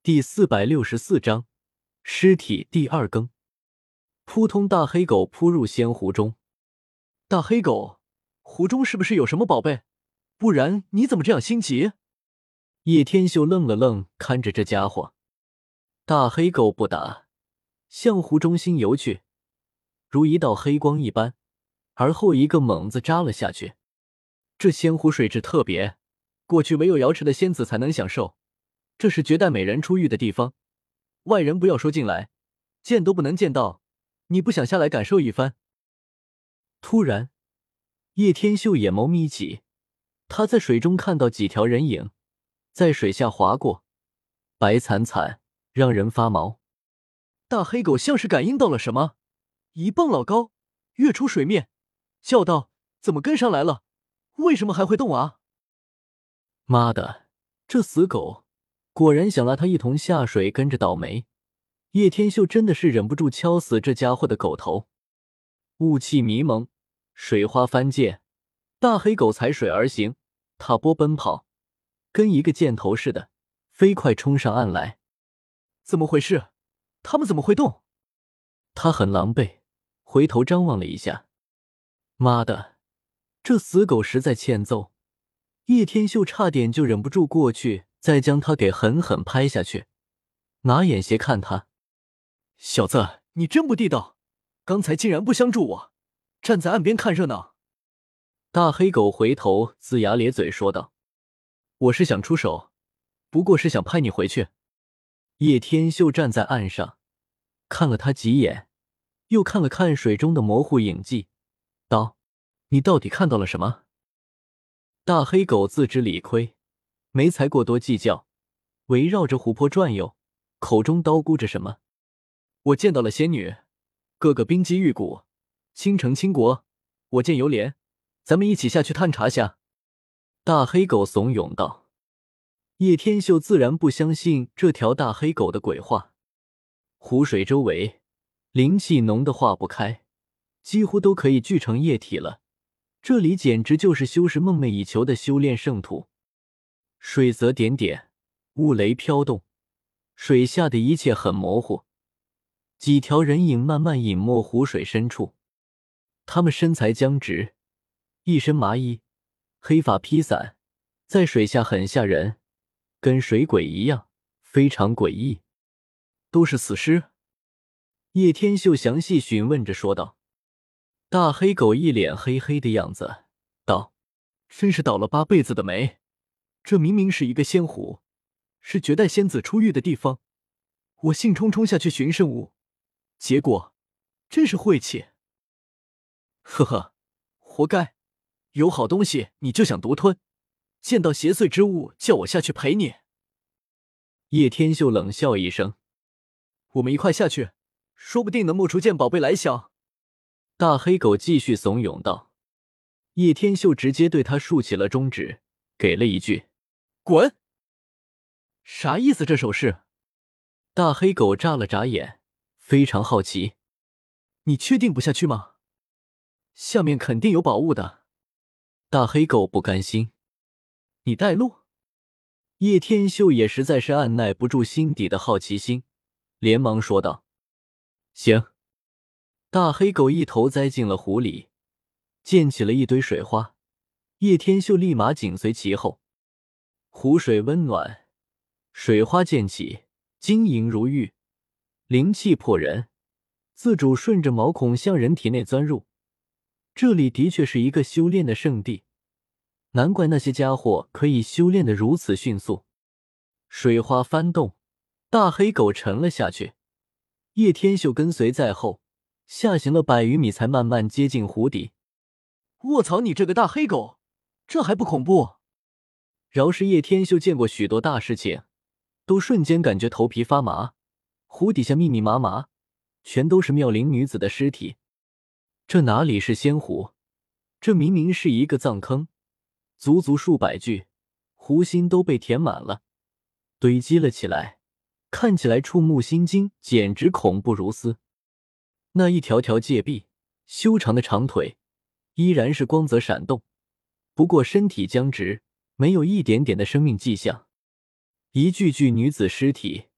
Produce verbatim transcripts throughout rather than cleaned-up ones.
第四百六十四章尸体第二更。扑通，大黑狗扑入仙湖中。 大黑狗，湖中是不是有什么宝贝？不然你怎么这样心急？ 叶天秀愣了愣，看着这家伙。大黑狗不答，向湖中心游去，如一道黑光一般，而后一个猛子扎了下去。这仙湖水质特别，过去唯有瑶池的仙子才能享受，这是绝代美人出浴的地方，外人不要说进来，见都不能见到。你不想下来感受一番？突然，叶天秀眼眸眯起，他在水中看到几条人影在水下划过，白惨惨，让人发毛。 大黑狗像是感应到了什么，一蹦老高，跃出水面，叫道：“怎么跟上来了？为什么还会动啊？” 妈的，这死狗果然想拉他一同下水跟着倒霉。叶天秀真的是忍不住敲死这家伙的狗头。雾气迷蒙，水花翻溅，大黑狗踩水而行，踏波奔跑，跟一个箭头似的，飞快冲上岸来。 怎么回事？他们怎么会动？ 他很狼狈，回头张望了一下。妈的，这死狗实在欠揍。叶天秀差点就忍不住过去，再将他给狠狠拍下去。拿眼斜看他， 小子，你真不地道，刚才竟然不相助我，站在岸边看热闹。 大黑狗回头龇牙咧嘴说道：“我是想出手，不过是想拍你回去。”叶天秀站在岸上，看了他几眼，又看了看水中的模糊影迹，道：“你到底看到了什么？”大黑狗自知理亏，没才过多计较，围绕着湖泊转悠，口中叨咕着什么。 我见到了仙女，个个冰肌玉骨，倾城倾国，我见犹怜，咱们一起下去探查下。 大黑狗怂恿道。叶天秀自然不相信这条大黑狗的鬼话。湖水周围灵气浓得化不开，几乎都可以聚成液体了，这里简直就是修士梦寐以求的修炼圣土。水泽点点，雾雷飘动，水下的一切很模糊。几条人影慢慢隐没湖水深处，他们身材僵直，一身麻衣，黑发披散，在水下很吓人，跟水鬼一样，非常诡异。 都是死尸？ 叶天秀详细询问着说道。大黑狗一脸黑黑的样子，道：“ 真是倒了八辈子的霉，这明明是一个仙湖，是绝代仙子出浴的地方，我兴冲冲下去寻圣物，结果真是晦气。呵呵，活该，有好东西你就想独吞，见到邪祟之物叫我下去陪你。” 叶天秀冷笑一声：“ 我们一块下去，说不定能摸出件宝贝来享。” 大黑狗继续怂恿道。叶天秀直接对他竖起了中指，给了一句：“ 滚！”啥意思这手势？ 大黑狗眨了眨眼，非常好奇：“ 你确定不下去吗？下面肯定有宝物的。” 大黑狗不甘心：“ 你带路。” 叶天秀也实在是按耐不住心底的好奇心，连忙说道：“行。”大黑狗一头栽进了湖里，溅起了一堆水花，叶天秀立马紧随其后。湖水温暖，水花溅起，晶莹如玉，灵气迫人，自主顺着毛孔向人体内钻入。这里的确是一个修炼的圣地，难怪那些家伙可以修炼得如此迅速。水花翻动，大黑狗沉了下去，叶天秀跟随在后，下行了百余米才慢慢接近湖底。 卧槽，你这个大黑狗，这还不恐怖？ 饶是叶天秀见过许多大事情，都瞬间感觉头皮发麻。湖底下密密麻麻，全都是妙龄女子的尸体。这哪里是仙湖，这明明是一个葬坑，足足数百具，湖心都被填满了，堆积了起来，看起来触目心惊，简直恐怖如斯。那一条条戒臂，修长的长腿，依然是光泽闪动，不过身体僵直，没有一点点的生命迹象。一具具女子尸体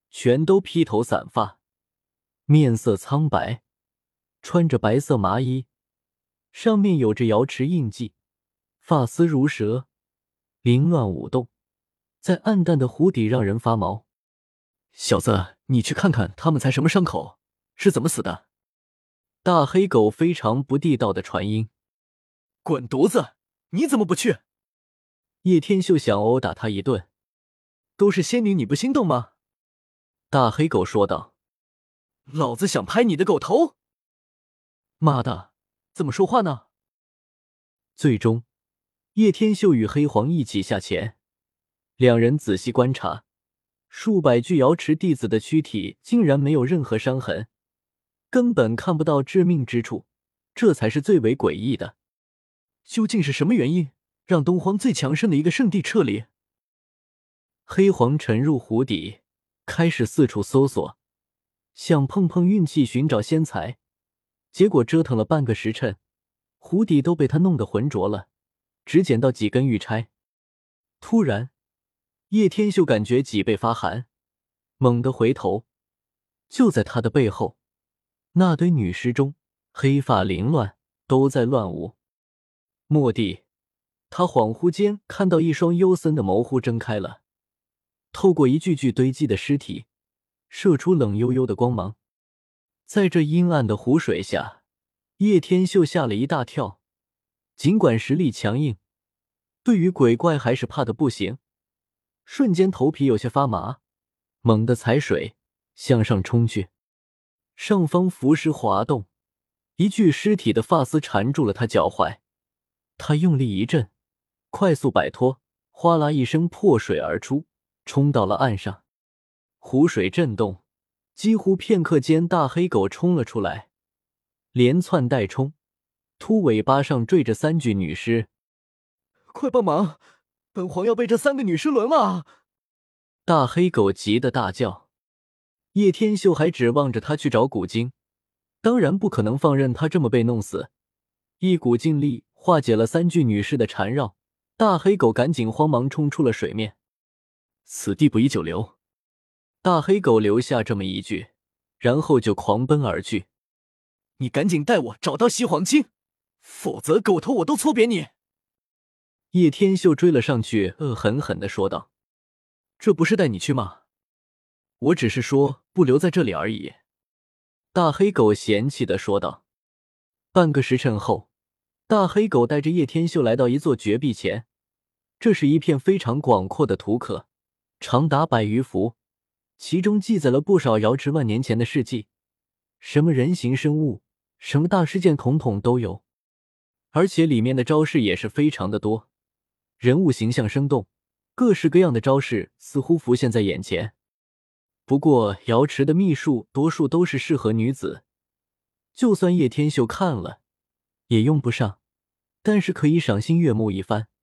全都披头散发，面色苍白，穿着白色麻衣，上面有着瑶池印记，发丝如蛇，凌乱舞动，在暗淡的湖底让人发毛。 小子，你去看看他们才什么伤口，是怎么死的？ 大黑狗非常不地道的传音。 滚犊子，你怎么不去？ 叶天秀想殴打他一顿。 都是仙女，你不心动吗？ 大黑狗说道。 老子想拍你的狗头！妈的，怎么说话呢？ 最终，叶天秀与黑皇一起下潜，两人仔细观察，数百具瑶池弟子的躯体竟然没有任何伤痕，根本看不到致命之处，这才是最为诡异的。 究竟是什么原因让东荒最强盛的一个圣地撤离？ 黑皇沉入湖底，开始四处搜索，想碰碰运气寻找仙材，结果折腾了半个时辰，湖底都被他弄得浑浊了，只捡到几根玉钗。突然，叶天秀感觉脊背发寒，猛地回头，就在他的背后，那堆女尸中黑发凌乱，都在乱舞。蓦地，他恍惚间看到一双幽森的眸忽睁开了，透过一具具堆积的尸体，射出冷幽幽的光芒。在这阴暗的湖水下，叶天秀吓了一大跳，尽管实力强硬，对于鬼怪还是怕得不行，瞬间头皮有些发麻，猛地踩水向上冲去。上方浮石滑动，一具尸体的发丝缠住了他脚踝，他用力一震，快速摆脱，哗啦一声破水而出，冲到了岸上。湖水震动，几乎片刻间大黑狗冲了出来，连窜带冲，秃尾巴上坠着三具女尸。 快帮忙，本皇要被这三个女尸轮了啊！ 大黑狗急得大叫。叶天秀还指望着他去找古晶，当然不可能放任他这么被弄死，一股劲力化解了三具女尸的缠绕，大黑狗赶紧慌忙冲出了水面。 此地不宜久留。 大黑狗留下这么一句，然后就狂奔而去。 你赶紧带我找到西黄金，否则狗头我都搓扁你！ 叶天秀追了上去，恶狠狠地说道：“ 这不是带你去吗？我只是说不留在这里而已。” 大黑狗嫌弃地说道。半个时辰后，大黑狗带着叶天秀来到一座绝壁前，这是一片非常广阔的土圪，长达百余幅，其中记载了不少瑶池万年前的事迹，什么人形生物，什么大事件统统都有，而且里面的招式也是非常的多，人物形象生动，各式各样的招式似乎浮现在眼前。不过瑶池的秘术多数都是适合女子，就算叶天秀看了也用不上，但是可以赏心悦目一番。